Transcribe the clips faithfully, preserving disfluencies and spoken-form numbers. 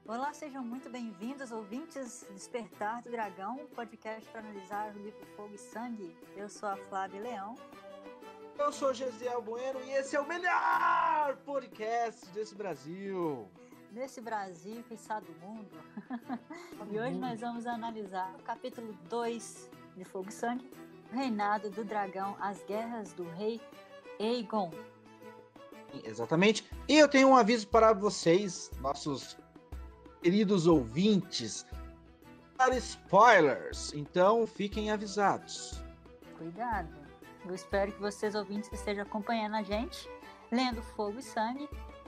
Olá, sejam muito bem-vindos, ouvintes Despertar do Dragão, podcast para analisar o livro Fogo e Sangue. Eu sou a Flávia Leão. Eu sou Gesiel Bueno e esse é o melhor podcast desse Brasil. Desse Brasil, que está do mundo. E hoje nós vamos analisar o capítulo dois de Fogo e Sangue, o Reinado do Dragão, as Guerras do Rei Aegon. Exatamente. E eu tenho um aviso para vocês, nossos queridos ouvintes, para spoilers. Então, fiquem avisados. Cuidado. Eu espero que vocês, ouvintes, estejam acompanhando a gente, lendo Fogo e Sangue.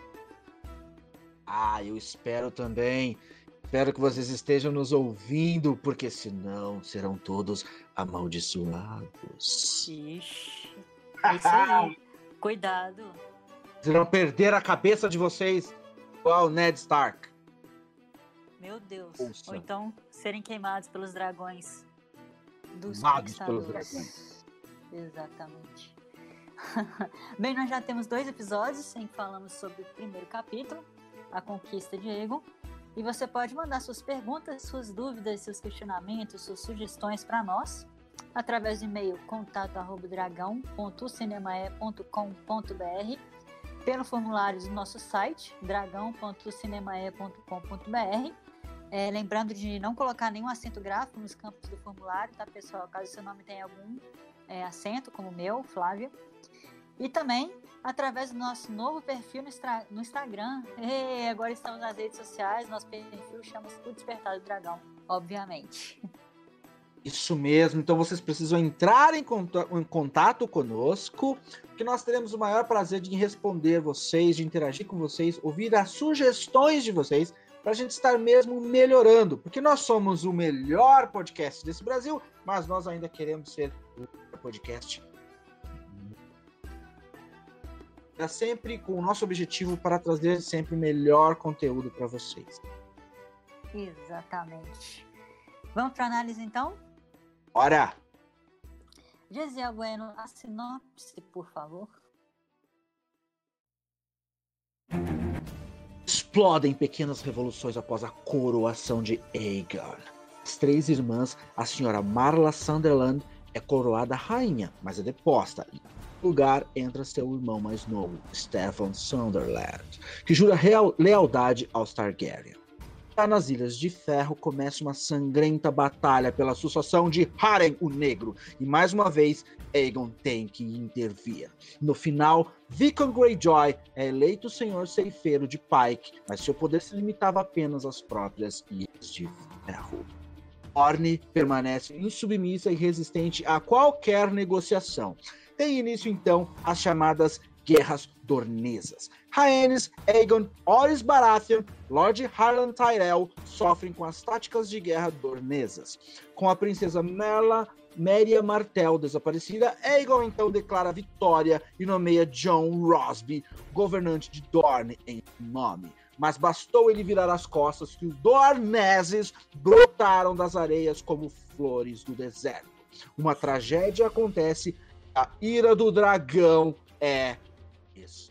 Ah, eu espero também. Espero que vocês estejam nos ouvindo, porque senão serão todos amaldiçoados. Ixi, é isso aí. Cuidado. Vocês vão perder a cabeça de vocês, igual Ned Stark. Meu Deus. Ouça. Ou então serem queimados pelos dragões dos Queimados pelos conquistadores. dragões. Exatamente. Bem, nós já temos dois episódios em que falamos sobre o primeiro capítulo, a conquista de Aegon. E você pode mandar suas perguntas, suas dúvidas, seus questionamentos, suas sugestões para nós através do e-mail contato arroba dragão ponto cinemae ponto com ponto br, pelo formulário do nosso site dragão ponto cinemae ponto com ponto br. É, lembrando de não colocar nenhum acento gráfico nos campos do formulário, tá, pessoal? Caso seu nome tenha algum é, acento, como o meu, Flávia. E também através do nosso novo perfil no, extra, no Instagram. E agora estamos nas redes sociais, nosso perfil chama-se O Despertar do Dragão, obviamente. Isso mesmo, então vocês precisam entrar em contato, em contato conosco, que nós teremos o maior prazer de responder vocês, de interagir com vocês, ouvir as sugestões de vocês, para a gente estar mesmo melhorando, porque nós somos o melhor podcast desse Brasil, mas nós ainda queremos ser o podcast. É sempre com o nosso objetivo para trazer sempre melhor conteúdo para vocês. Exatamente. Vamos para a análise, então? Bora! Gesiel Bueno, a sinopse, por favor. Explodem pequenas revoluções após a coroação de Aegon. As três irmãs, a senhora Marla Sunderland é coroada rainha, mas é deposta. No lugar entra seu irmão mais novo, Stefan Sunderland, que jura real, lealdade aos Targaryen. Já nas Ilhas de Ferro começa uma sangrenta batalha pela sucessão de Harren o Negro, e mais uma vez Aegon tem que intervir. No final, Vickon Greyjoy é eleito senhor ceifeiro de Pike, mas seu poder se limitava apenas às próprias Ilhas de Ferro. Dorne permanece insubmissa e resistente a qualquer negociação. Tem início então as chamadas Guerras Dornesas. Rhaenys, Aegon, Orys Baratheon, Lord Harlan Tyrell sofrem com as táticas de guerra dornesas. Com a princesa Merla Meria Martell desaparecida, Aegon então declara vitória e nomeia Jon Rosby governante de Dorne em nome. Mas bastou ele virar as costas que os Dorneses brotaram das areias como flores do deserto. Uma tragédia acontece, a ira do dragão é isso.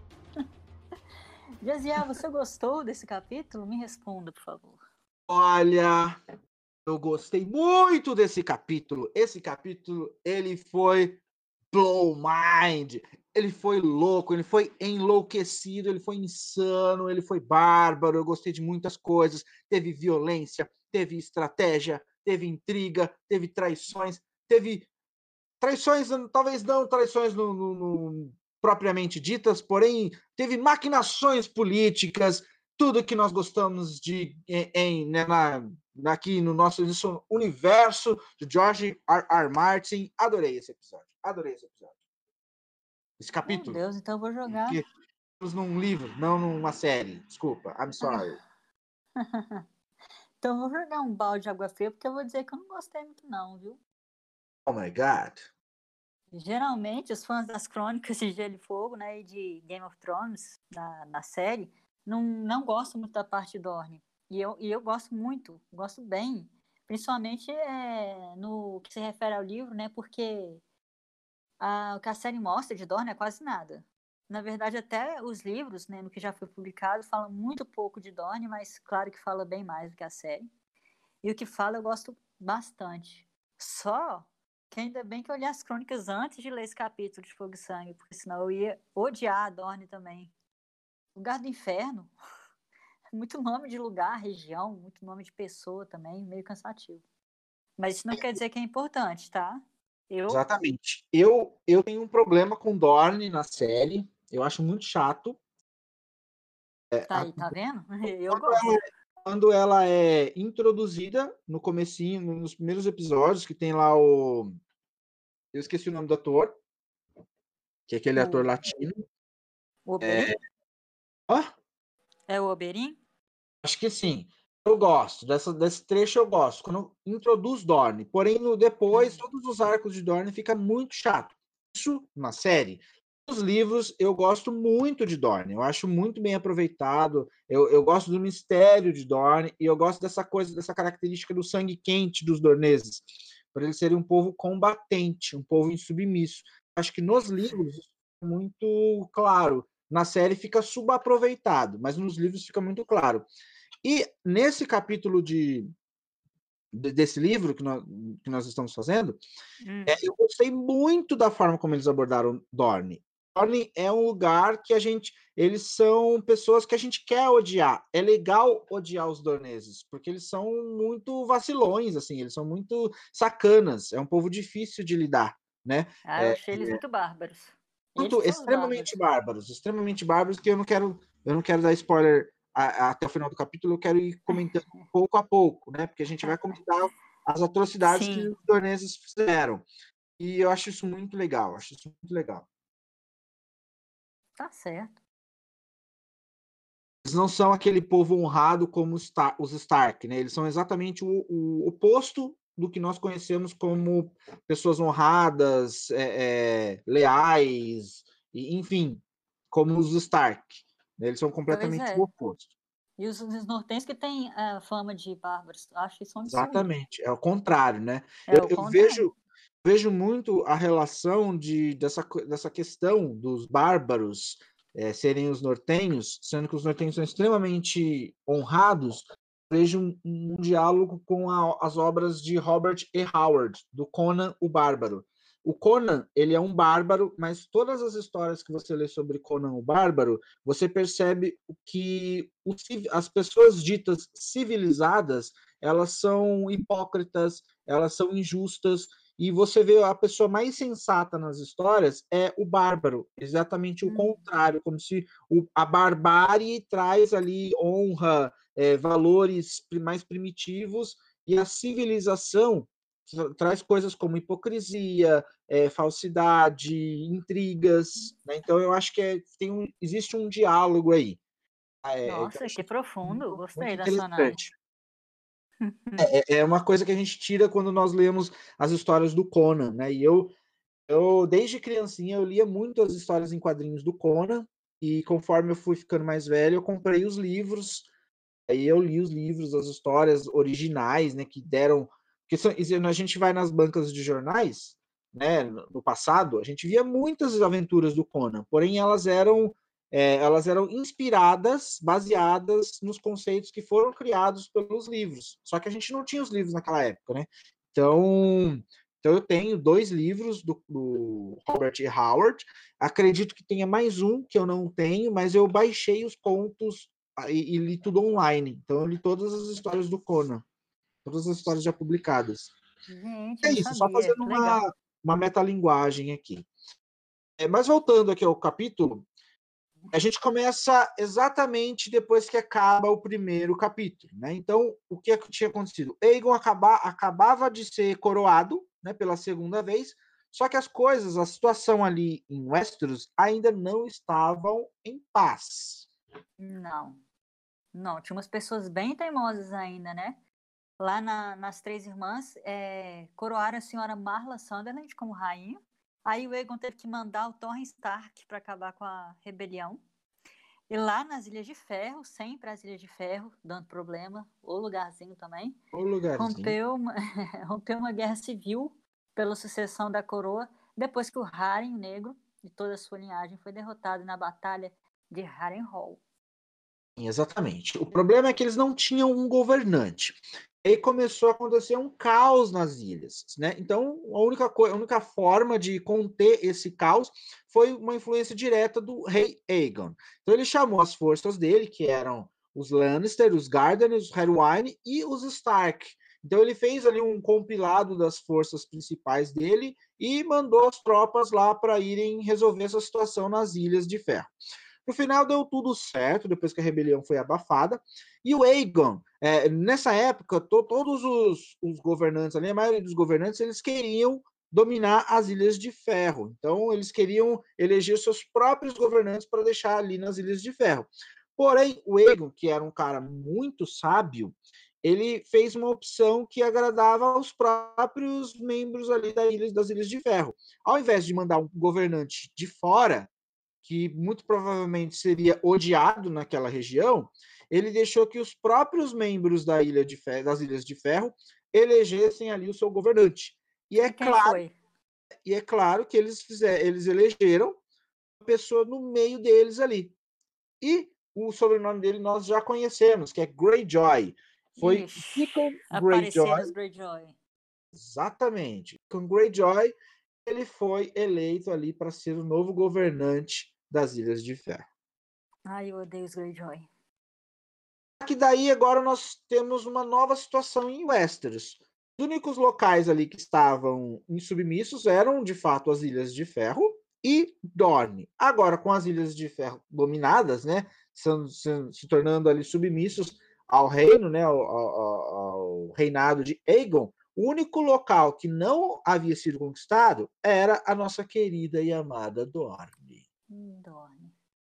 Gesiel, você gostou desse capítulo? Me responda, por favor. Olha, eu gostei muito desse capítulo. Esse capítulo, ele foi blow mind. Ele foi louco, ele foi enlouquecido, ele foi insano, ele foi bárbaro. Eu gostei de muitas coisas. Teve violência, teve estratégia, teve intriga, teve traições, teve traições, talvez não traições no, no, no, propriamente ditas, porém teve maquinações políticas, tudo que nós gostamos de em, em né, na, aqui no nosso universo de George R. R. Martin. Adorei esse episódio, adorei esse episódio. Esse capítulo. Meu Deus, então eu vou jogar. Estamos num livro, não numa série. Desculpa, I'm sorry. Então eu vou jogar um balde de água fria, porque eu vou dizer que eu não gostei muito não, viu? Oh my God. Geralmente, os fãs das crônicas de Gelo e Fogo, né, e de Game of Thrones, na, na série, não, não gostam muito da parte de Dorne. E eu, e eu gosto muito, gosto bem. Principalmente é, no que se refere ao livro, né, porque a, o que a série mostra de Dorne é quase nada. Na verdade, até os livros, né, no que já foi publicado, falam muito pouco de Dorne, mas claro que fala bem mais do que a série. E o que fala eu gosto bastante. Só que ainda bem que eu li as crônicas antes de ler esse capítulo de Fogo e Sangue, porque senão eu ia odiar a Dorne também. Lugar do Inferno, muito nome de lugar, região, muito nome de pessoa também, meio cansativo. Mas isso não quer dizer que é importante, tá? Eu... Exatamente. Eu, eu tenho um problema com Dorne na série. Eu acho muito chato. É, Tá a, aí, tá vendo? Eu quando, gosto. ela, quando ela é introduzida no comecinho, nos primeiros episódios, que tem lá o... Eu esqueci o nome do ator, que é aquele O, ator latino. o Oberyn? É... Ah, É o Oberyn? acho que sim. Eu gosto. Dessa, desse trecho eu gosto. Quando introduz Dorne. Porém, no, depois, Hum. todos os arcos de Dorne fica muito chato. Isso na série. Nos livros, eu gosto muito de Dorne. Eu acho muito bem aproveitado. Eu, eu gosto do mistério de Dorne. E eu gosto dessa coisa, dessa característica do sangue quente dos dorneses. Por eles serem um povo combatente, um povo insubmisso. Acho que nos livros isso é muito claro. Na série fica subaproveitado, mas nos livros fica muito claro. E nesse capítulo de, de desse livro que nós, que nós estamos fazendo, Hum. é, eu gostei muito da forma como eles abordaram Dorne. Dorne é um lugar que a gente, eles são pessoas que a gente quer odiar. É legal odiar os dorneses, porque eles são muito vacilões, assim, eles são muito sacanas. É um povo difícil de lidar, né? Ah, eu É, achei eles muito bárbaros. Eles muito que são os extremamente bárbaros. bárbaros, extremamente bárbaros, que eu não quero, eu não quero dar spoiler a, a, até o final do capítulo, eu quero ir comentando pouco a pouco, né? Porque a gente vai comentar as atrocidades que Sim. os dorneses fizeram. E eu acho isso muito legal, acho isso muito legal. Tá certo. Eles não são aquele povo honrado como os, Star, os Stark, né? Eles são exatamente o, o oposto do que nós conhecemos como pessoas honradas, é, é, leais, e, enfim, como os Stark. Eles são Pois completamente o é. oposto. E os, os nortenhos que têm a fama de bárbaros. Acho isso um absurdo. Exatamente, é o contrário, né? É Eu, o eu contrário. vejo, vejo muito a relação de, dessa, dessa questão dos bárbaros é, serem os nortenhos, sendo que os nortenhos são extremamente honrados. Vejo um, um diálogo com a, as obras de Robert E. Howard, do Conan o Bárbaro. O Conan, ele é um bárbaro, mas todas as histórias que você lê sobre Conan o Bárbaro, você percebe que o, as pessoas ditas civilizadas, elas são hipócritas, elas são injustas, e você vê a pessoa mais sensata nas histórias é o bárbaro, exatamente o Hum. contrário, como se o, a barbárie traz ali honra, é, valores mais primitivos, e a civilização traz coisas como hipocrisia, é, falsidade, intrigas, né? Então eu acho que é, tem um, existe um diálogo aí. É, Nossa, que profundo. muito, muito Gostei dessa análise. interessante. É, é uma coisa que a gente tira quando nós lemos as histórias do Conan, né? E eu, eu desde criancinha, eu lia muito as histórias em quadrinhos do Conan, e conforme eu fui ficando mais velho, eu comprei os livros, aí eu li os livros, as histórias originais, né, que deram... Porque são, a gente vai nas bancas de jornais, né, no passado, a gente via muitas aventuras do Conan, porém elas eram é, elas eram inspiradas, baseadas nos conceitos que foram criados pelos livros. Só que a gente não tinha os livros naquela época, né? Então, então eu tenho dois livros do, do Robert E. Howard. Acredito que tenha mais um que eu não tenho, mas eu baixei os contos e, e li tudo online. Então eu li todas as histórias do Conan, todas as histórias já publicadas. Gente, É não isso, só sabia. fazendo Que legal. uma, uma metalinguagem aqui. É, mas voltando aqui ao capítulo, a gente começa exatamente depois que acaba o primeiro capítulo, né? Então, o que, é que tinha acontecido? Aegon acaba, acabava de ser coroado, né, pela segunda vez, só que as coisas, a situação ali em Westeros ainda não estavam em paz. Não. Não, tinha umas pessoas bem teimosas ainda, né? Lá na, nas Três Irmãs, é, coroaram a senhora Marla Sunderland como rainha. Aí o Aegon teve que mandar o Torrhen Stark para acabar com a rebelião. E lá nas Ilhas de Ferro, sempre as Ilhas de Ferro, dando problema, o lugarzinho também, O lugarzinho. rompeu uma, rompeu uma guerra civil pela sucessão da coroa, depois que o Harren, o negro, e toda a sua linhagem foi derrotada na Batalha de Harrenhal. Exatamente. O problema é que eles não tinham um governante. Aí começou a acontecer um caos nas ilhas, né? Então, a única, coisa, a única forma de conter esse caos foi uma influência direta do rei Aegon. Então, ele chamou as forças dele, que eram os Lannister, os Garden, os Harwine e os Stark. Então, ele fez ali um compilado das forças principais dele e mandou as tropas lá para irem resolver essa situação nas Ilhas de Ferro. No final deu tudo certo, depois que a rebelião foi abafada. E o Aegon, é, nessa época, to, todos os, os governantes ali, a maioria dos governantes, eles queriam dominar as Ilhas de Ferro. Então, eles queriam eleger seus próprios governantes para deixar ali nas Ilhas de Ferro. Porém, o Aegon, que era um cara muito sábio, ele fez uma opção que agradava aos próprios membros ali da ilha, das Ilhas de Ferro. Ao invés de mandar um governante de fora, que muito provavelmente seria odiado naquela região, ele deixou que os próprios membros da Ilha de Ferro, das Ilhas de Ferro elegessem ali o seu governante. E é E quem claro, foi? e é claro que eles fizeram, eles elegeram uma pessoa no meio deles ali. E o sobrenome dele nós já conhecemos, que é Greyjoy. Foi Rickon Greyjoy. Greyjoy. Greyjoy. Exatamente. Com Greyjoy, ele foi eleito ali para ser o novo governante das Ilhas de Ferro. Ai, eu odeio os Greyjoy. Que daí agora nós temos uma nova situação em Westeros. Os únicos locais ali que estavam insubmissos eram, de fato, as Ilhas de Ferro e Dorne. Agora, com as Ilhas de Ferro dominadas, né, sendo, sendo, se tornando ali submissos ao reino, né, ao, ao, ao reinado de Aegon, o único local que não havia sido conquistado era a nossa querida e amada Dorne. Hum, Dorne.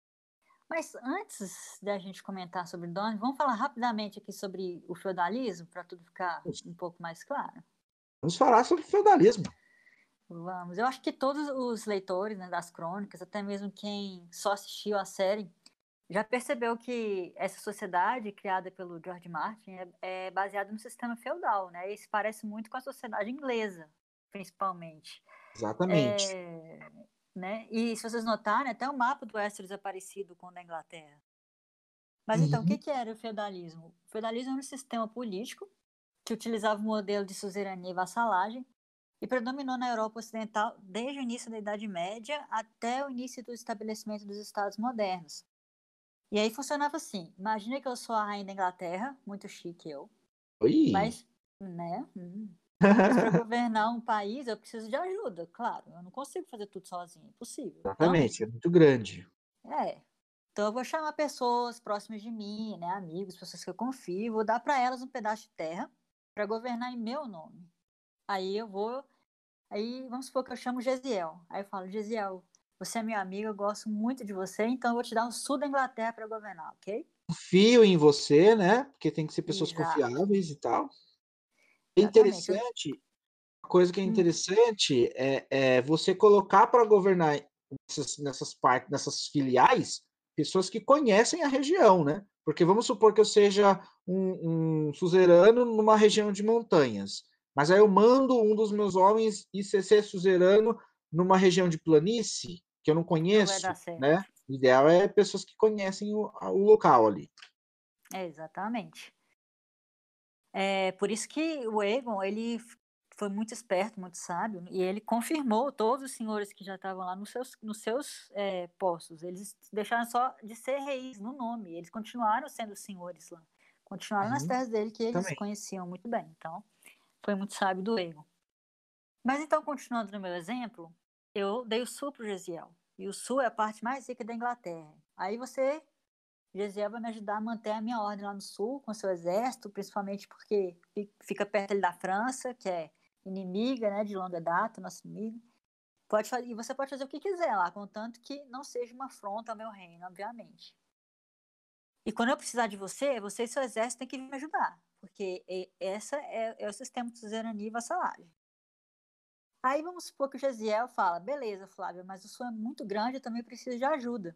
Mas antes da gente comentar sobre Dorne, vamos falar rapidamente aqui sobre o feudalismo, para tudo ficar um pouco mais claro. Vamos falar sobre feudalismo. Vamos. Eu acho que todos os leitores, né, das crônicas, até mesmo quem só assistiu a série, já percebeu que essa sociedade criada pelo George Martin é, é baseada no sistema feudal, né? Isso parece muito com a sociedade inglesa, principalmente. Exatamente. É, né? E se vocês notarem, até o mapa do Westeros é parecido com o da Inglaterra. Mas Uhum. então, o que, que era o feudalismo? O feudalismo era um sistema político que utilizava o modelo de suzerania e vassalagem e predominou na Europa Ocidental desde o início da Idade Média até o início do estabelecimento dos Estados modernos. E aí funcionava assim, imagina que eu sou a rainha da Inglaterra, muito chique eu, Oi. mas, né, hum, mas para governar um país eu preciso de ajuda, claro, eu não consigo fazer tudo sozinho, impossível. Exatamente, Então, é muito grande. é, então eu vou chamar pessoas próximas de mim, né, amigos, pessoas que eu confio, vou dar para elas um pedaço de terra para governar em meu nome. Aí eu vou, aí vamos supor que eu chamo Gesiel, aí eu falo, Gesiel, você é meu amigo, eu gosto muito de você, então eu vou te dar o sul da Inglaterra para governar, ok? Confio em você, né? Porque tem que ser pessoas Exato. confiáveis e tal. É Exatamente. interessante, a coisa que é Hum. interessante é, é você colocar para governar nessas, nessas partes, nessas filiais, pessoas que conhecem a região, né? Porque vamos supor que eu seja um, um suzerano numa região de montanhas, mas aí eu mando um dos meus homens ir ser, ser suzerano numa região de planície que eu não Não vai conheço, dar certo. né? O ideal é pessoas que conhecem o, o local ali. É, exatamente. É por isso que o Aegon, ele foi muito esperto, muito sábio, e ele confirmou todos os senhores que já estavam lá nos seus, nos seus é, postos. Eles deixaram só de ser reis no nome, eles continuaram sendo senhores lá. Continuaram nas Uhum, terras dele, que eles também. conheciam muito bem. Então, foi muito sábio do Aegon. Mas então, continuando no meu exemplo, eu dei o sul para o Gesiel. E o sul é a parte mais rica da Inglaterra. Aí você, Gesiel, vai me ajudar a manter a minha ordem lá no sul, com seu exército, principalmente porque fica perto ali da França, que é inimiga, né, de longa data, nosso inimigo. Pode fazer, e você pode fazer o que quiser lá, contanto que não seja uma afronta ao meu reino, obviamente. E quando eu precisar de você, você e seu exército têm que me ajudar, porque essa é, é o sistema de suzerania e vassalagem. Aí vamos supor que o Gesiel fala, beleza, Flávia, mas o sul é muito grande, eu também preciso de ajuda.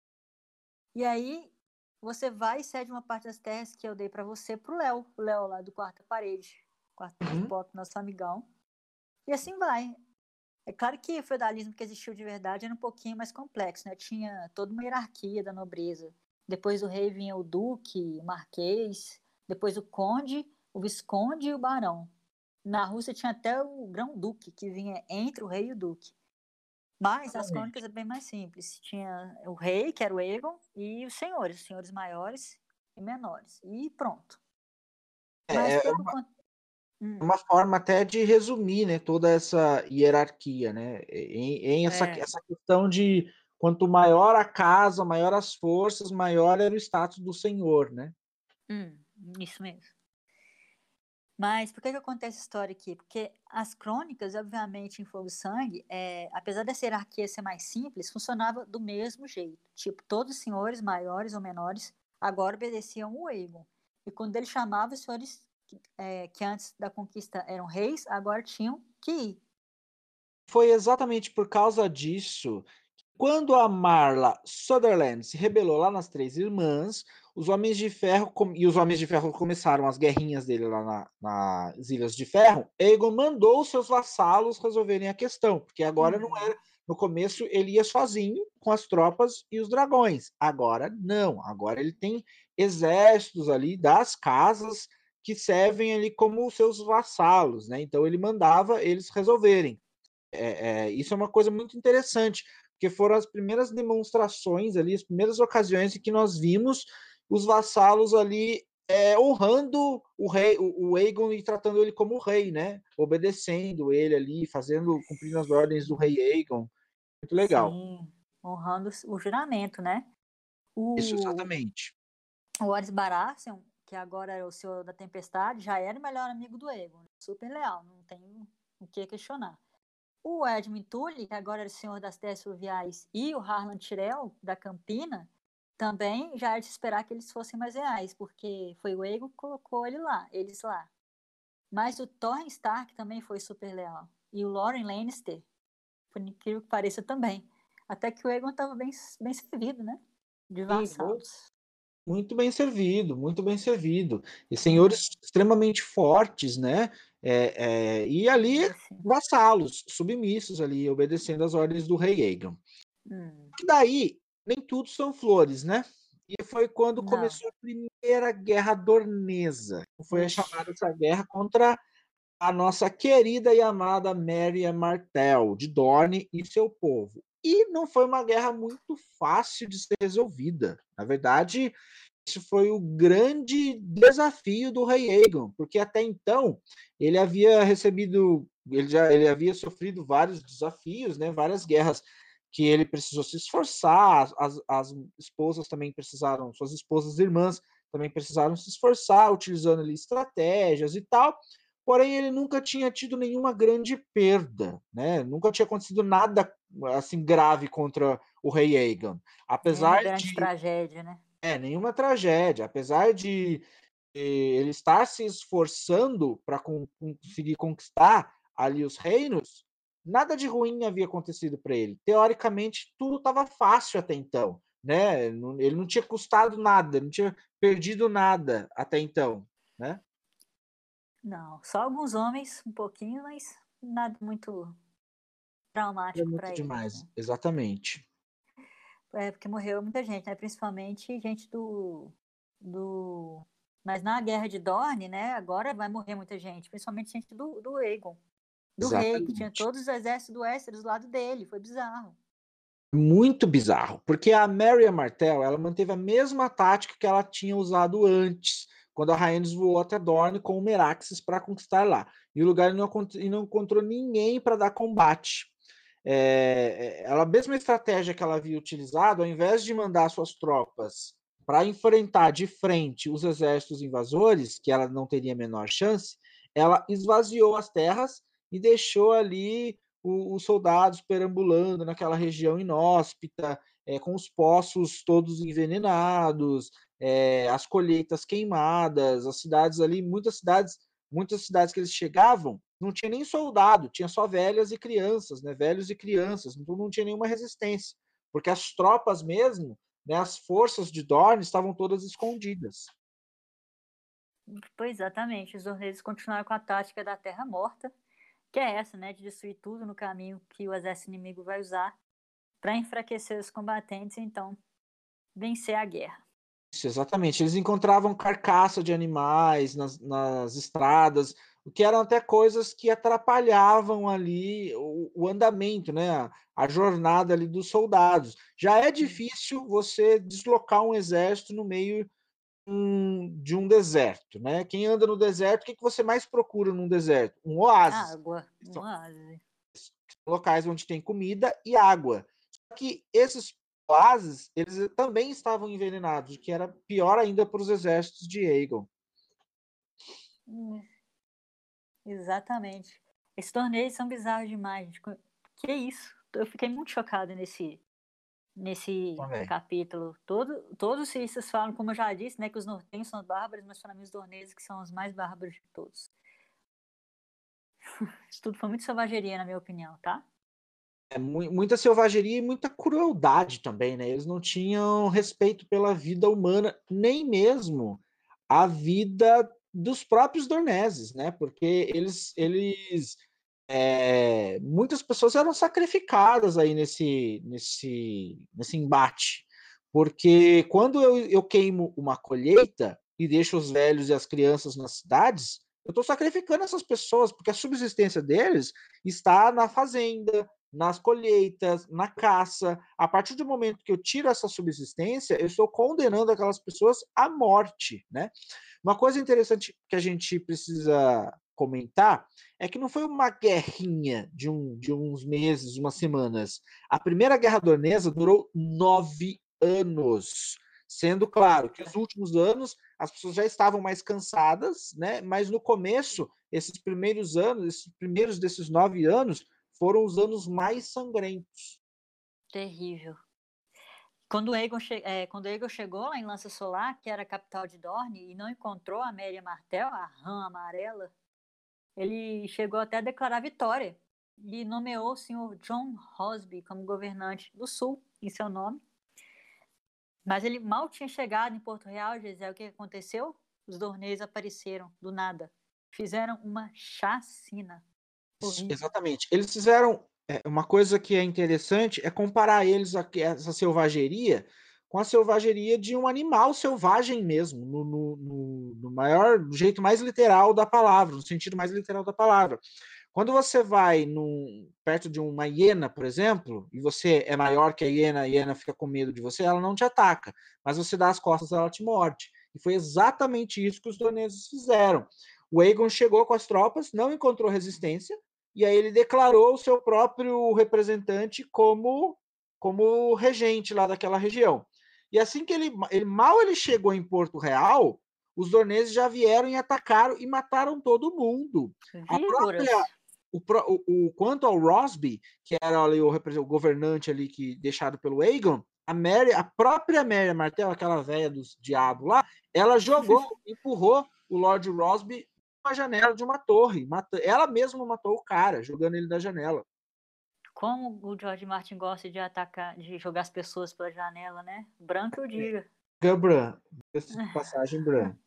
E aí você vai e cede uma parte das terras que eu dei para você pro Léo, o Léo lá do Quarta Parede, Quarto Uhum. Pop, nosso amigão. E assim vai. É claro que o feudalismo que existiu de verdade era um pouquinho mais complexo, né? Tinha toda uma hierarquia da nobreza. Depois do rei vinha o duque, o marquês, depois o conde, o visconde e o barão. Na Rússia tinha até o grão-duque, que vinha entre o rei e o duque. Mas as crônicas é bem mais simples. Tinha o rei, que era o Aegon, e os senhores, os senhores maiores e menores. E pronto. Mas É, é foi o que uma, acon- hum, uma forma até de resumir, né, toda essa hierarquia, né, em, em essa, é, essa questão de quanto maior a casa, maior as forças, maior era o status do senhor, né? hum, isso mesmo. Mas por que que eu contei essa história aqui? Porque as crônicas, obviamente, em Fogo e Sangue, é, apesar dessa hierarquia ser mais simples, funcionava do mesmo jeito. Tipo, todos os senhores, maiores ou menores, agora obedeciam o Aegon. E quando ele chamava os senhores é, que antes da conquista eram reis, agora tinham que ir. Foi exatamente por causa disso. Quando a Marla Sutherland se rebelou lá nas Três Irmãs, os Homens de Ferro e os Homens de Ferro começaram as guerrinhas dele lá na, nas Ilhas de Ferro. Aegon mandou os seus vassalos resolverem a questão, porque agora não Uhum. era. No começo ele ia sozinho com as tropas e os dragões. Agora não. Agora ele tem exércitos ali das casas que servem ali como seus vassalos, né? Então ele mandava eles resolverem. É, é, isso é uma coisa muito interessante, porque foram as primeiras demonstrações ali, as primeiras ocasiões em que nós vimos os vassalos ali é, honrando o rei, o, o Aegon e tratando ele como rei, né? Obedecendo ele ali, fazendo, cumprindo as ordens do rei Aegon. Muito legal. Sim, honrando o juramento, né? Isso, O, exatamente. o Varys Baratheon, que agora é o Senhor da Tempestade, já era o melhor amigo do Aegon. Super leal, não tem o que questionar. O Edmund Tully, que agora é o Senhor das Terras Fluviais, e o Harlan Tyrell, da Campina, também já era de se esperar que eles fossem mais reais, porque foi o Aegon que colocou ele lá, eles lá. Mas o Torrhen Stark também foi super leal. E o Loren Lannister, por incrível que pareça, também. Até que o Aegon estava bem, bem servido, né? De Sim, vassalos. muito bem servido, muito bem servido. E É, senhores extremamente fortes, né? É, é, e ali, esse. vassalos, submissos ali, obedecendo às ordens do rei Aegon. Hum, E daí, nem tudo são flores, né? E foi quando não. começou a Primeira Guerra Dornesa. Foi a Ixi. chamada essa guerra contra a nossa querida e amada Merya Martell, de Dorne e seu povo. E não foi uma guerra muito fácil de ser resolvida. Na verdade, isso foi o grande desafio do rei Aegon, porque até então ele havia recebido, ele já ele havia sofrido vários desafios, né, várias guerras que ele precisou se esforçar, as, as esposas também precisaram, suas esposas e irmãs também precisaram se esforçar, utilizando ali estratégias e tal, porém ele nunca tinha tido nenhuma grande perda, né? Nunca tinha acontecido nada assim grave contra o rei Aegon, Nenhuma apesar grande de tragédia, né? é, nenhuma tragédia, apesar de ele estar se esforçando para conseguir conquistar ali os reinos, nada de ruim havia acontecido para ele. Teoricamente, tudo estava fácil até então, né? Ele não tinha custado nada, não tinha perdido nada até então, né? Não, só alguns homens, um pouquinho, mas nada muito É traumático muito para eles, demais, né? exatamente. É porque morreu muita gente, né? Principalmente gente do, do... Mas na Guerra de Dorne, né? Agora vai morrer muita gente, principalmente gente do, do Aegon, do rei, que tinha Exatamente. todos os exércitos do Westeros do lado dele. Foi bizarro. Muito bizarro, porque a Merya Martell, ela manteve a mesma tática que ela tinha usado antes, quando a Rhaenys voou até Dorne com o Meraxes para conquistar lá. E o lugar não, não encontrou ninguém para dar combate. É, ela, a mesma estratégia que ela havia utilizado, ao invés de mandar suas tropas para enfrentar de frente os exércitos invasores, que ela não teria a menor chance, ela esvaziou as terras e deixou ali os soldados perambulando naquela região inóspita, é, com os poços todos envenenados, é, as colheitas queimadas, as cidades ali, muitas cidades, muitas cidades que eles chegavam, não tinha nem soldado, tinha só velhas e crianças, né? Velhos e crianças, então não tinha nenhuma resistência, porque as tropas mesmo, né, as forças de Dorne estavam todas escondidas. Pois exatamente, os dorneiros continuaram com a tática da terra morta, que é essa, né, de destruir tudo no caminho que o exército inimigo vai usar para enfraquecer os combatentes e então vencer a guerra. Isso, exatamente. Eles encontravam carcaça de animais nas, nas estradas, o que eram até coisas que atrapalhavam ali o, o andamento, né? A, a jornada ali dos soldados. Já é difícil você deslocar um exército no meio um, de um deserto, né? Quem anda no deserto, o que, que você mais procura num deserto? Um oásis. Água, um São oásis. locais onde tem comida e água. Só que esses oásis, eles também estavam envenenados, o que era pior ainda para os exércitos de Aegon. Hum, exatamente. Esses torneios são bizarros demais. Gente. Que isso? Eu fiquei muito chocada nesse, nesse Também. capítulo. Todo, todos os cientistas falam, como eu já disse, né, que os nortenhos são bárbaros, mas para mim os dorneios que são os mais bárbaros de todos. Isso tudo foi muito selvageria, na minha opinião, tá? É, muita selvageria e muita crueldade também, né? Eles não tinham respeito pela vida humana, nem mesmo a vida dos próprios Dorneses, né? Porque eles, eles é, muitas pessoas eram sacrificadas aí nesse, nesse, nesse embate. Porque quando eu, eu queimo uma colheita e deixo os velhos e as crianças nas cidades, eu estou sacrificando essas pessoas, porque a subsistência deles está na fazenda, nas colheitas, na caça. A partir do momento que eu tiro essa subsistência, eu estou condenando aquelas pessoas à morte, né? Uma coisa interessante que a gente precisa comentar é que não foi uma guerrinha de, um, de uns meses, umas semanas. A primeira guerra dornesa durou nove anos. Sendo claro que os últimos anos as pessoas já estavam mais cansadas, né? Mas no começo, esses primeiros anos, esses primeiros desses nove anos, foram os anos mais sangrentos. Terrível. Quando o Aegon, che é, quando o Aegon chegou lá em Lança Solar, que era a capital de Dorne, e não encontrou a Merry Martell, a rã amarela, ele chegou até a declarar vitória e nomeou o senhor John Rosby como governante do Sul, em seu nome. Mas ele mal tinha chegado em Porto Real, Gisele, o que aconteceu? Os Dornês apareceram do nada. Fizeram uma chacina. Horrível. Exatamente. Eles fizeram é, uma coisa que é interessante é comparar eles a essa selvageria com a selvageria de um animal selvagem mesmo, no, no, no, no maior no jeito mais literal da palavra, no sentido mais literal da palavra. Quando você vai num, perto de uma hiena, por exemplo, e você é maior que a hiena, a hiena fica com medo de você, ela não te ataca, mas você dá as costas, ela te morde. E foi exatamente isso que os doneses fizeram. O Aegon chegou com as tropas, não encontrou resistência, e aí ele declarou o seu próprio representante como, como regente lá daquela região. E assim que ele, ele mal ele chegou em Porto Real, os dorneses já vieram e atacaram e mataram todo mundo. A própria, o, o, o, quanto ao Rosby, que era ali o, o governante ali que deixado pelo Aegon, a Mary, a própria Mary Martell, aquela velha dos diabos lá, ela jogou, empurrou o Lord Rosby uma janela de uma torre. Matou, ela mesma matou o cara, jogando ele da janela. Como o George Martin gosta de atacar, de jogar as pessoas pela janela, né? Branco eu diga. Bran, passagem Bran.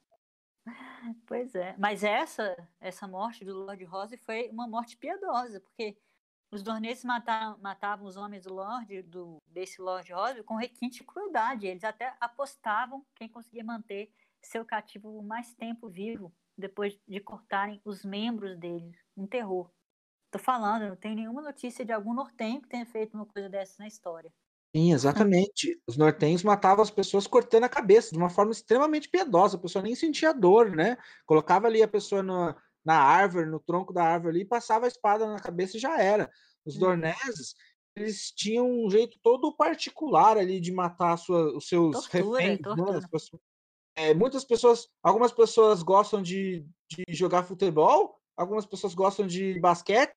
Pois é. Mas essa, essa morte do Lord Rose foi uma morte piedosa, porque os dorneses matavam, matavam os homens do Lord, do, desse Lord Rose, com requinte de crueldade. Eles até apostavam quem conseguia manter seu cativo mais tempo vivo, depois de cortarem os membros dele. Um terror. Tô falando, não tem nenhuma notícia de algum nortenho que tenha feito uma coisa dessa na história. Sim, exatamente. Os nortenhos matavam as pessoas cortando a cabeça de uma forma extremamente piedosa. A pessoa nem sentia dor, né? Colocava ali a pessoa no, na árvore, no tronco da árvore ali, passava a espada na cabeça e já era. Os hum. dorneses, eles tinham um jeito todo particular ali de matar sua, os seus tortura, reféns. tortura. Né? Pessoas, é, muitas pessoas, algumas pessoas gostam de, de jogar futebol, algumas pessoas gostam de basquete.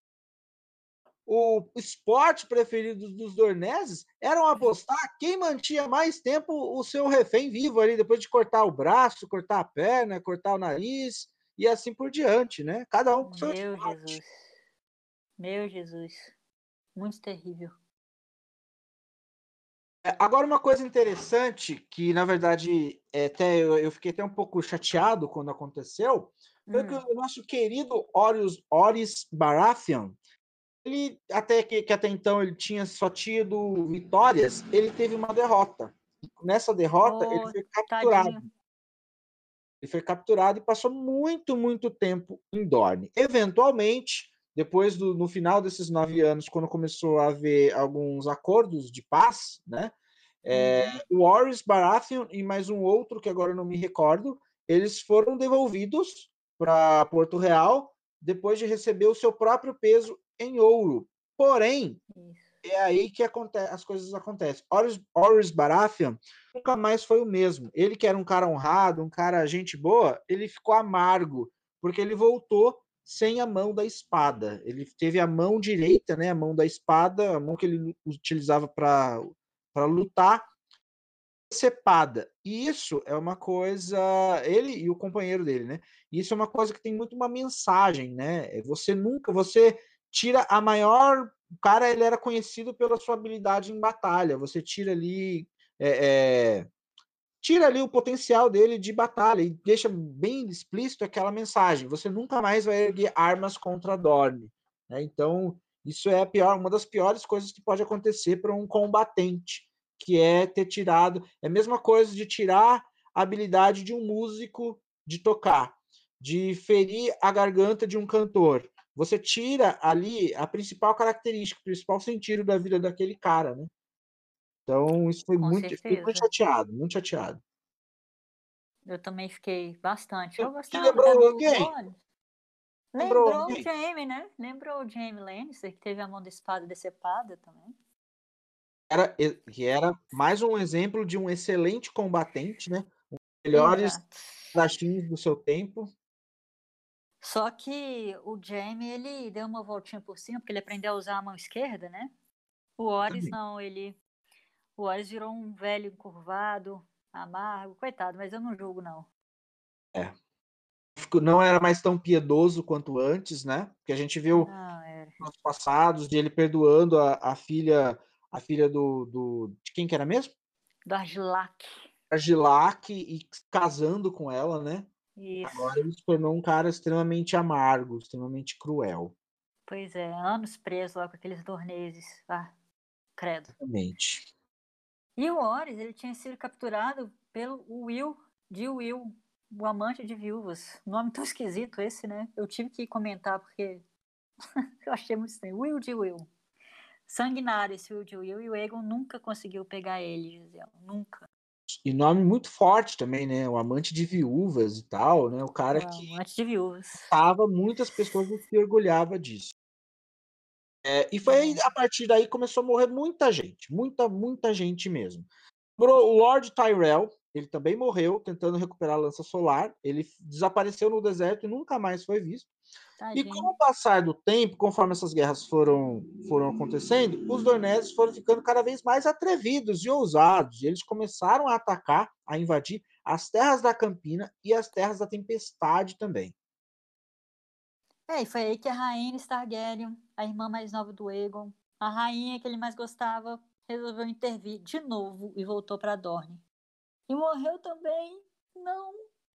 O esporte preferido dos dorneses era apostar quem mantinha mais tempo o seu refém vivo ali, depois de cortar o braço, cortar a perna, cortar o nariz e assim por diante, né? Cada um com seu Meu esporte. Jesus. Meu Jesus. Muito terrível. Agora, uma coisa interessante, que na verdade é, até eu, eu fiquei até um pouco chateado quando aconteceu, Foi que Hum. o nosso querido Horus, Horus Baratheon, ele até que, que até então ele tinha só tido vitórias, ele teve uma derrota. Nessa derrota, ele Oh, foi capturado. tadinho. Ele foi capturado e passou muito, muito tempo em Dorne. Eventualmente, depois do no final desses nove anos, quando começou a haver alguns acordos de paz, né? É, Uhum. o Horus Baratheon e mais um outro que agora eu não me recordo, eles foram devolvidos para Porto Real depois de receber o seu próprio peso em ouro. Porém, Isso. é aí que aconte as coisas acontecem. Horus, Horus Baratheon nunca mais foi o mesmo. Ele que era um cara honrado, um cara gente boa, ele ficou amargo, porque ele voltou sem a mão da espada. Ele teve a mão direita, né, a mão da espada, a mão que ele utilizava para para lutar, decepada. E isso é uma coisa, ele e o companheiro dele, né? Isso é uma coisa que tem muito uma mensagem, né? Você nunca, você tira a maior, o cara ele era conhecido pela sua habilidade em batalha. Você tira ali, é, é, tira ali o potencial dele de batalha e deixa bem explícito aquela mensagem. Você nunca mais vai erguer armas contra Dorne, né? Então isso é a pior, uma das piores coisas que pode acontecer para um combatente, que é ter tirado. É a mesma coisa de tirar a habilidade de um músico de tocar, de ferir a garganta de um cantor. Você tira ali a principal característica, o principal sentido da vida daquele cara, né? Então, isso foi Com muito. Fiquei muito certeza. chateado, muito chateado. Eu também fiquei bastante. Eu Te gostava até lembrou do, do alguém? Olhos. Lembrou Lembrou o alguém? Jaime, né? Lembrou o Jaime Lannister, que teve a mão da espada decepada também. Era, que era mais um exemplo de um excelente combatente, né? Um dos melhores Exato. espadachins do seu tempo. Só que o Jaime, ele deu uma voltinha por cima, porque ele aprendeu a usar a mão esquerda, né? O Horus Também. não, ele... O Horus virou um velho encurvado, amargo, coitado, mas eu não julgo, não. É. Não era mais tão piedoso quanto antes, né? Porque a gente viu Não, era. nos passados de ele perdoando a, a filha, a filha do, do. De quem que era mesmo? Do Argilac. Argilac e casando com ela, né? Isso. Agora ele se tornou um cara extremamente amargo, extremamente cruel. Pois é, anos preso lá com aqueles dorneses. Ah, credo. Exatamente. E o Horus, ele tinha sido capturado pelo Will, de Will, o amante de viúvas. Nome tão esquisito esse, né? Eu tive que comentar porque eu achei muito estranho. Will de Will. Sanguinário esse Will de Will, e o Aegon nunca conseguiu pegar ele, Gisele. Nunca. E nome muito forte também, né? O amante de viúvas e tal, né? O O cara que amante de viúvas. tava, muitas pessoas se orgulhava disso. É, e foi aí, É. a partir daí começou a morrer muita gente, muita, muita gente mesmo. O Lord Tyrell, ele também morreu tentando recuperar a lança solar. Ele desapareceu no deserto e nunca mais foi visto. E com Tadinho. o passar do tempo, conforme essas guerras foram, foram acontecendo, os Dorneses foram ficando cada vez mais atrevidos e ousados. E eles começaram a atacar, a invadir as terras da Campina e as terras da Tempestade também. É, e foi aí que a rainha Targaryen, a irmã mais nova do Aegon, a rainha que ele mais gostava, resolveu intervir de novo e voltou para Dorne. E morreu também? Não,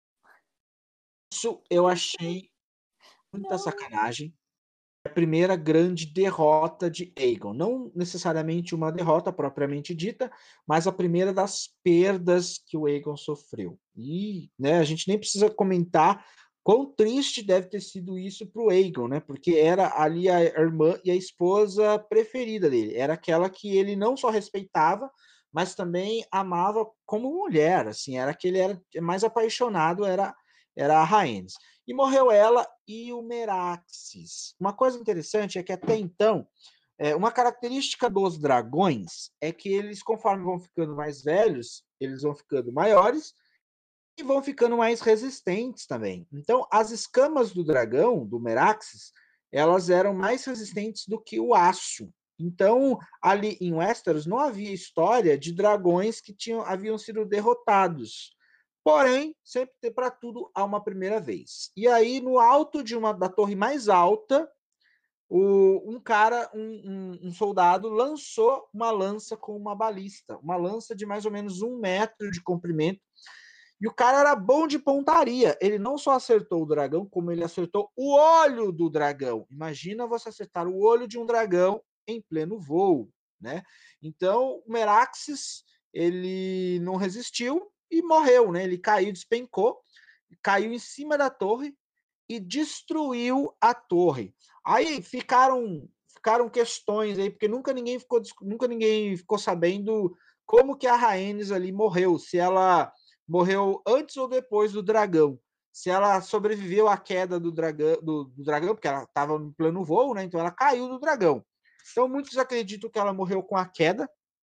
Isso eu por quê? achei muita Não. sacanagem. A primeira grande derrota de Aegon. Não necessariamente uma derrota propriamente dita, mas a primeira das perdas que o Aegon sofreu. E né, a gente nem precisa comentar quão triste deve ter sido isso para o Aegon, né? Porque era ali a irmã e a esposa preferida dele. Era aquela que ele não só respeitava, mas também amava como mulher. Assim, era que ele era mais apaixonado, era, era a Rhaenys. E morreu ela e o Meraxes. Uma coisa interessante é que até então, é, uma característica dos dragões é que eles, conforme vão ficando mais velhos, eles vão ficando maiores e vão ficando mais resistentes também. Então, as escamas do dragão, do Meraxes, elas eram mais resistentes do que o aço. Então, ali em Westeros não havia história de dragões que tinham, haviam sido derrotados. Porém, sempre tem para tudo há uma primeira vez. E aí, no alto de uma da torre mais alta, o, um cara, um, um, um soldado, lançou uma lança com uma balista, uma lança de mais ou menos um metro de comprimento, E o cara era bom de pontaria. Ele não só acertou o dragão, como ele acertou o olho do dragão. Imagina você acertar o olho de um dragão em pleno voo, né? Então, o Meraxes, ele não resistiu e morreu, né? Ele caiu, despencou, caiu em cima da torre e destruiu a torre. Aí ficaram ficaram questões aí, porque nunca ninguém ficou nunca ninguém ficou sabendo como que a Rhaenys ali morreu, se ela morreu antes ou depois do dragão, se ela sobreviveu à queda do dragão, do, do dragão, porque ela estava no plano voo, né? Então ela caiu do dragão. Então muitos acreditam que ela morreu com a queda,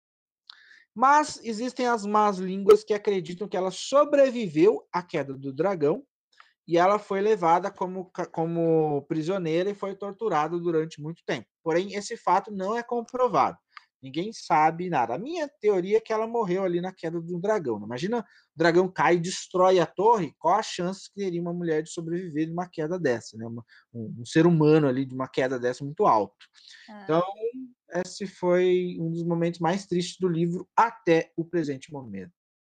mas existem as más línguas que acreditam que ela sobreviveu à queda do dragão e ela foi levada como, como prisioneira e foi torturada durante muito tempo. Porém, esse fato não é comprovado. Ninguém sabe nada. A minha teoria é que ela morreu ali na queda do dragão. Imagina, o dragão cai e destrói a torre, qual a chance que teria uma mulher de sobreviver de uma queda dessa, né? Uma, um, um ser humano ali de uma queda dessa muito alto. É. Então, esse foi um dos momentos mais tristes do livro até o presente momento.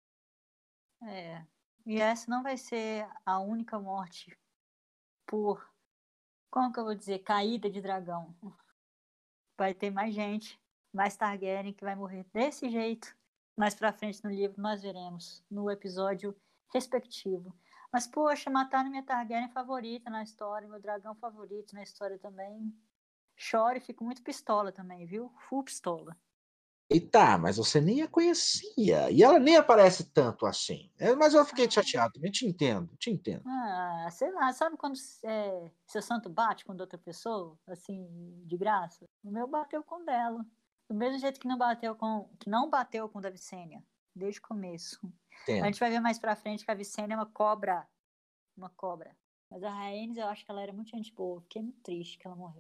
É. E essa não vai ser a única morte por, como que eu vou dizer, caída de dragão. Vai ter mais gente, mais Targaryen que vai morrer desse jeito. Mais pra frente no livro nós veremos, no episódio respectivo. Mas, poxa, mataram minha Targaryen favorita na história, meu dragão favorito na história também. Choro e fico muito pistola também, viu? Full pistola. E tá, mas você nem a conhecia. E ela nem aparece tanto assim. É, mas eu fiquei chateado também. Te entendo, te entendo. Ah, sei lá, sabe quando é, seu santo bate com outra pessoa, assim, de graça? O meu bateu com o dela. Do mesmo jeito que não bateu com, que não bateu com o da Vicênia, desde o começo. Entendo. A gente vai ver mais pra frente que a Vicênia é uma cobra. Uma cobra. Mas a Rhaenys, eu acho que ela era muito gente boa. Fiquei muito triste que ela morreu.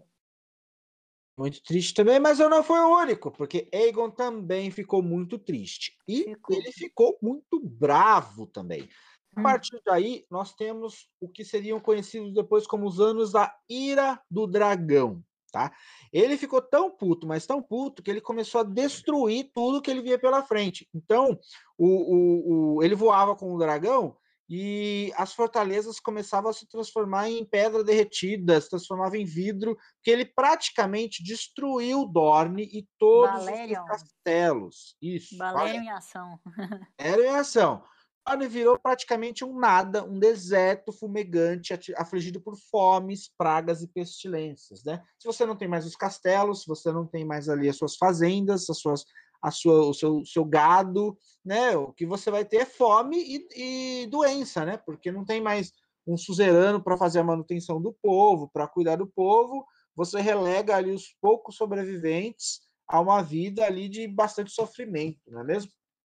Muito triste também, mas eu não fui o único, porque Aegon também ficou muito triste. E Ficou. ele ficou muito bravo também. A Hum. partir daí, nós temos o que seriam conhecidos depois como os anos da Ira do Dragão. Tá? Ele ficou tão puto, mas tão puto, que ele começou a destruir tudo que ele via pela frente. Então, o, o, o, ele voava com o dragão e as fortalezas começavam a se transformar em pedra derretida, se transformavam em vidro, que ele praticamente destruiu Dorne e todos Valerion. os castelos. Isso. Valerion em ação. Era em ação. Dorne virou praticamente um nada, um deserto fumegante, afligido por fomes, pragas e pestilências, né? Se você não tem mais os castelos, se você não tem mais ali as suas fazendas, as suas a sua, o seu, seu gado, né? O que você vai ter é fome e, e doença, né? Porque não tem mais um suzerano para fazer a manutenção do povo, para cuidar do povo. Você relega ali os poucos sobreviventes a uma vida ali de bastante sofrimento, não é mesmo?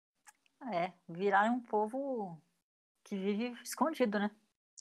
É, viraram um povo que vive escondido, né?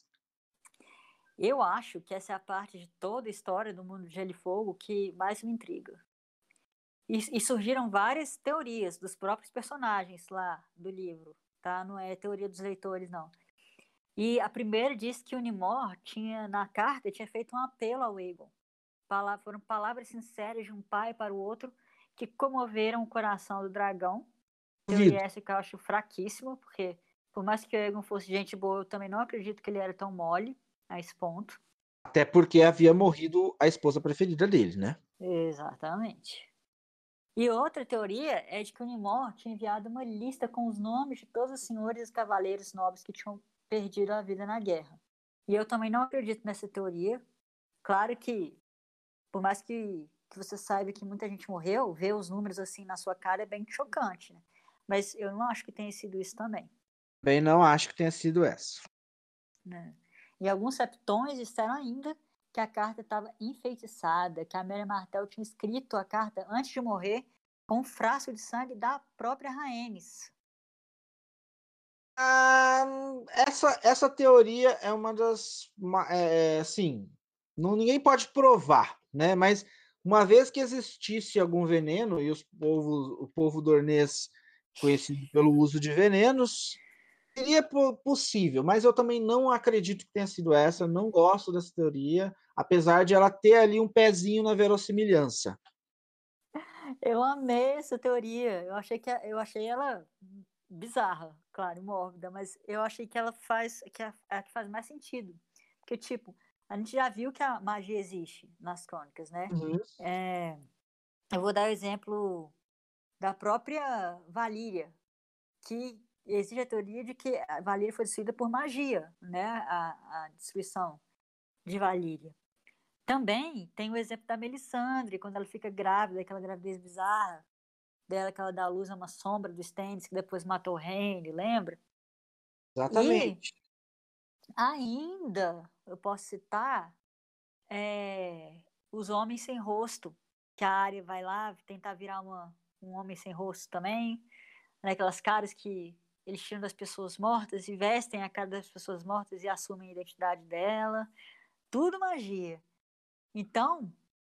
Eu acho que essa é a parte de toda a história do mundo de Gelo e Fogo que mais me intriga. E, e surgiram várias teorias dos próprios personagens lá do livro, tá? Não é teoria dos leitores, não. E a primeira diz que o Nimor tinha, na carta, tinha feito um apelo ao Aegon. Pala- foram palavras sinceras de um pai para o outro que comoveram o coração do dragão. Teoria essa que eu acho fraquíssima, porque por mais que o Aegon fosse gente boa, eu também não acredito que ele era tão mole a esse ponto. Até porque havia morrido a esposa preferida dele, né? Exatamente. E outra teoria é de que o Nimor tinha enviado uma lista com os nomes de todos os senhores e cavaleiros nobres que tinham perdido a vida na guerra. E eu também não acredito nessa teoria. Claro que, por mais que, que você saiba que muita gente morreu, ver os números assim na sua cara é bem chocante, né? Mas eu não acho que tenha sido isso também. Bem, não acho que tenha sido essa. Né? E alguns septões disseram ainda que a carta estava enfeitiçada, que a Mary Martell tinha escrito a carta antes de morrer com um frasco de sangue da própria Rhaenys. Ah, essa, essa teoria é uma das. Uma, é, assim, não, ninguém pode provar, né? Mas uma vez que existisse algum veneno, e os povos, o povo dornês conhecido pelo uso de venenos, seria possível, mas eu também não acredito que tenha sido essa, eu não gosto dessa teoria, apesar de ela ter ali um pezinho na verossimilhança. Eu amei essa teoria. Eu achei que eu achei ela bizarra, claro, mórbida, mas eu achei que ela faz, que é a que faz mais sentido. Porque, tipo, a gente já viu que a magia existe nas crônicas, né? Uhum. É, eu vou dar o exemplo da própria Valíria, que existe a teoria de que a Valíria foi destruída por magia, né? A, a destruição de Valíria. Também tem o exemplo da Melisandre, quando ela fica grávida, aquela gravidez bizarra dela, que ela dá à luz a uma sombra do Stannis, que depois matou o Henry, lembra? Exatamente. E ainda eu posso citar é, os homens sem rosto, que a Arya vai lá tentar virar uma, um homem sem rosto também, né? Aquelas caras que eles tiram das pessoas mortas e vestem a cara das pessoas mortas e assumem a identidade dela. Tudo magia. Então,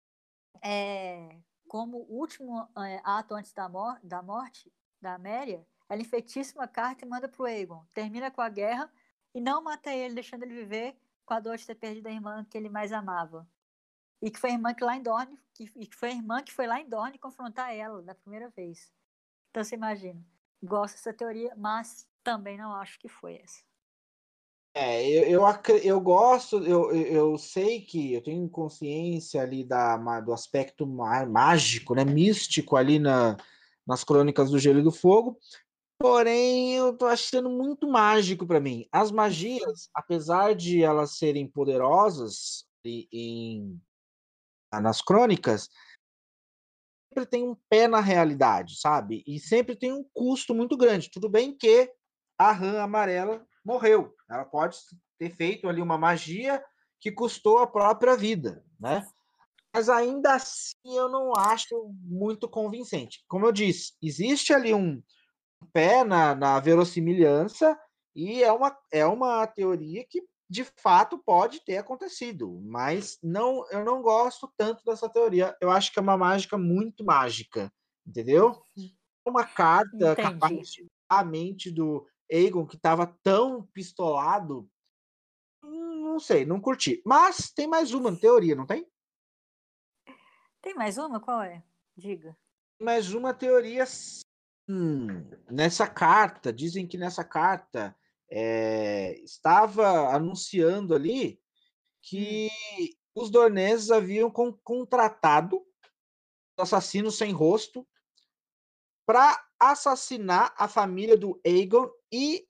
é, como último é, ato antes da, mor da morte da Améria, ela enfeitiça uma carta e manda pro Aegon. Termina com a guerra e não mata ele, deixando ele viver com a dor de ter perdido a irmã que ele mais amava. E que foi a irmã que lá em Dorne, que, e que foi a irmã que foi lá em Dorne confrontar ela da primeira vez. Então você imagina. Gosto dessa teoria, mas também não acho que foi essa. É, eu, eu, acre- eu gosto, eu, eu eu sei que eu tenho consciência ali da, ma- do aspecto má- mágico, né, místico ali na, nas Crônicas do Gelo e do Fogo, porém eu tô achando muito mágico para mim. As magias, apesar de elas serem poderosas e- em, nas Crônicas, sempre tem um pé na realidade, sabe? E sempre tem um custo muito grande. Tudo bem que a rã amarela morreu. Ela pode ter feito ali uma magia que custou a própria vida, né? Mas ainda assim eu não acho muito convincente. Como eu disse, existe ali um pé na, na verossimilhança e é uma, é uma teoria que de fato pode ter acontecido, mas não, eu não gosto tanto dessa teoria. Eu acho que é uma mágica muito mágica, entendeu? Uma carta capaz Entendi. de a mente do Aegon que estava tão pistolado, não sei, não curti. Mas tem mais uma teoria, não tem? Tem mais uma? Qual é? Diga. Mais uma teoria. Hum, nessa carta, dizem que nessa carta é, estava anunciando ali Hum. que os Dorneses haviam con contratado assassinos sem rosto para assassinar a família do Aegon e,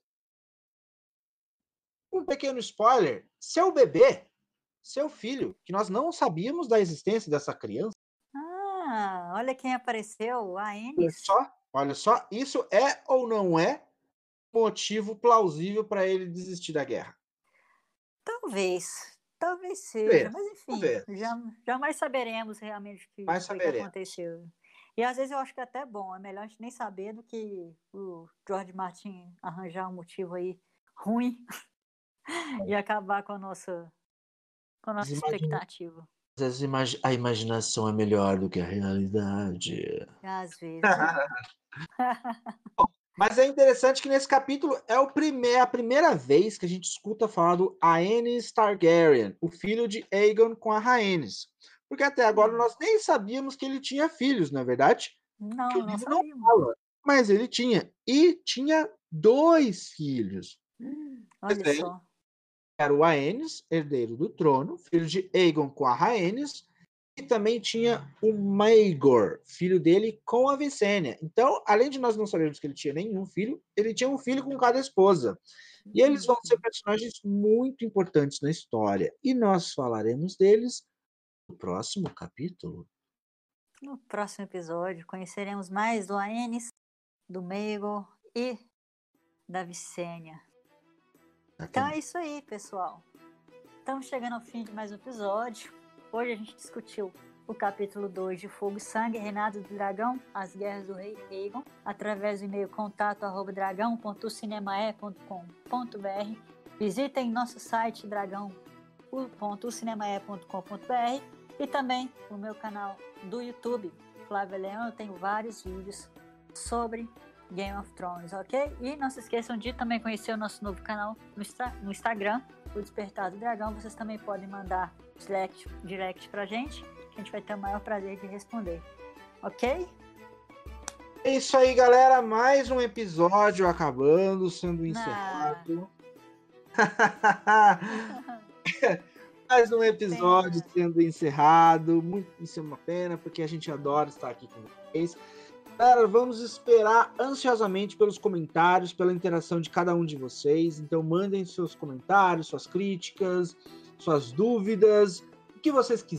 um pequeno spoiler, seu bebê, seu filho, que nós não sabíamos da existência dessa criança. Ah, olha quem apareceu, a Olha Ennis. só, olha só, isso é ou não é motivo plausível para ele desistir da guerra? Talvez, talvez seja, Talvez, mas enfim, talvez, já, jamais saberemos realmente o que mas foi que saberemos. aconteceu. E às vezes eu acho que é até bom, é melhor a gente nem saber do que o George Martin arranjar um motivo aí ruim e acabar com a nossa, com a nossa expectativa. Às vezes imagi- a imaginação é melhor do que a realidade. Às vezes é. Mas é interessante que nesse capítulo é o primeir, a primeira vez que a gente escuta falar do Aenys Targaryen, o filho de Aegon com a Rhaenys. Porque até agora Hum, nós nem sabíamos que ele tinha filhos, não é verdade? Que o Não, não livro não sabíamos. fala. Mas ele tinha. E tinha dois filhos. Hum, Mais olha velho só. era o Aenys, herdeiro do trono, filho de Aegon com a Rhaenys, e também tinha o Maegor, filho dele com a Visenya. Então, além de nós não sabermos que ele tinha nenhum filho, ele tinha um filho com cada esposa. E eles vão ser Uhum. personagens muito importantes na história. E nós falaremos deles no próximo capítulo. No próximo episódio conheceremos mais do Aenys, do Maegor e da Visenya. Então é isso aí, pessoal. Estamos chegando ao fim de mais um episódio. Hoje a gente discutiu o capítulo dois de Fogo e Sangue, Reinado do Dragão, As Guerras do Rei Aegon, através do e-mail contato arroba dragão ponto cinemae ponto com ponto br. Visitem nosso site dragão ponto cinemae ponto com ponto br e também o meu canal do YouTube, Flávia Leão. Eu tenho vários vídeos sobre Game of Thrones, ok? E não se esqueçam de também conhecer o nosso novo canal no, no Instagram, o Despertar do Dragão. Vocês também podem mandar direct, direct pra gente, que a gente vai ter o maior prazer de responder, ok? É isso aí, galera. Mais um episódio acabando, sendo encerrado. Mais um episódio Pena. sendo encerrado. Muito, isso é uma pena, porque a gente adora estar aqui com vocês. Galera, vamos esperar ansiosamente pelos comentários, pela interação de cada um de vocês. Então, mandem seus comentários, suas críticas, suas dúvidas, o que vocês quiserem.